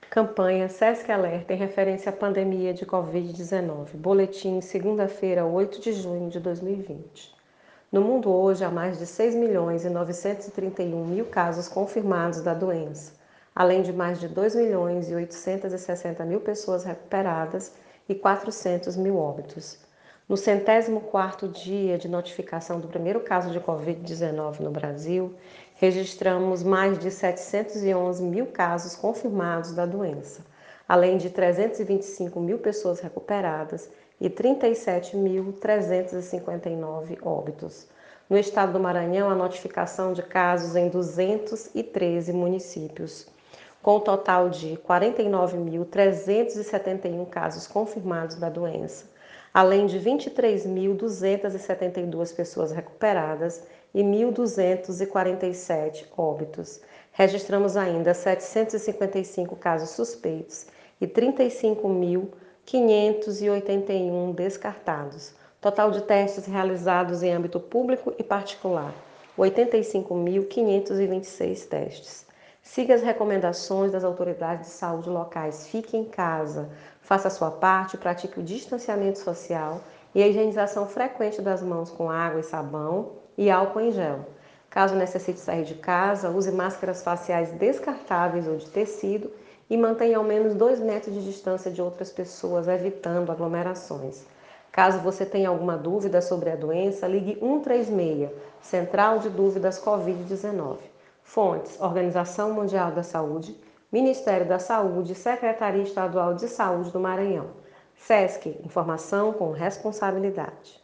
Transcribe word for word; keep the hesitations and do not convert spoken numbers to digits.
Campanha Sesc Alerta em referência à pandemia de covid dezenove. Boletim, segunda-feira, oito de junho de dois mil e vinte. No mundo hoje há mais de seis milhões e novecentos e trinta e um mil casos confirmados da doença, além de mais de dois milhões e oitocentos e sessenta mil pessoas recuperadas e quatrocentos mil óbitos. No centésimo quarto dia de notificação do primeiro caso de covid dezenove no Brasil, registramos mais de setecentos e onze mil casos confirmados da doença, além de trezentos e vinte e cinco mil pessoas recuperadas e trinta e sete mil trezentos e cinquenta e nove óbitos. No estado do Maranhão, a notificação de casos em duzentos e treze municípios, com um total de quarenta e nove mil trezentos e setenta e um casos confirmados da doença, além de vinte e três mil duzentos e setenta e duas pessoas recuperadas e mil duzentos e quarenta e sete óbitos. Registramos ainda setecentos e cinquenta e cinco casos suspeitos e trinta e cinco mil quinhentos e oitenta e um descartados. Total de testes realizados em âmbito público e particular, oitenta e cinco mil quinhentos e vinte e seis testes. Siga as recomendações das autoridades de saúde locais. Fique em casa, faça a sua parte, pratique o distanciamento social e a higienização frequente das mãos com água e sabão e álcool em gel. Caso necessite sair de casa, use máscaras faciais descartáveis ou de tecido e mantenha ao menos dois metros de distância de outras pessoas, evitando aglomerações. Caso você tenha alguma dúvida sobre a doença, ligue um um três seis, Central de Dúvidas covid dezenove. Fontes: Organização Mundial da Saúde, Ministério da Saúde, Secretaria Estadual de Saúde do Maranhão. Sesc, informação com responsabilidade.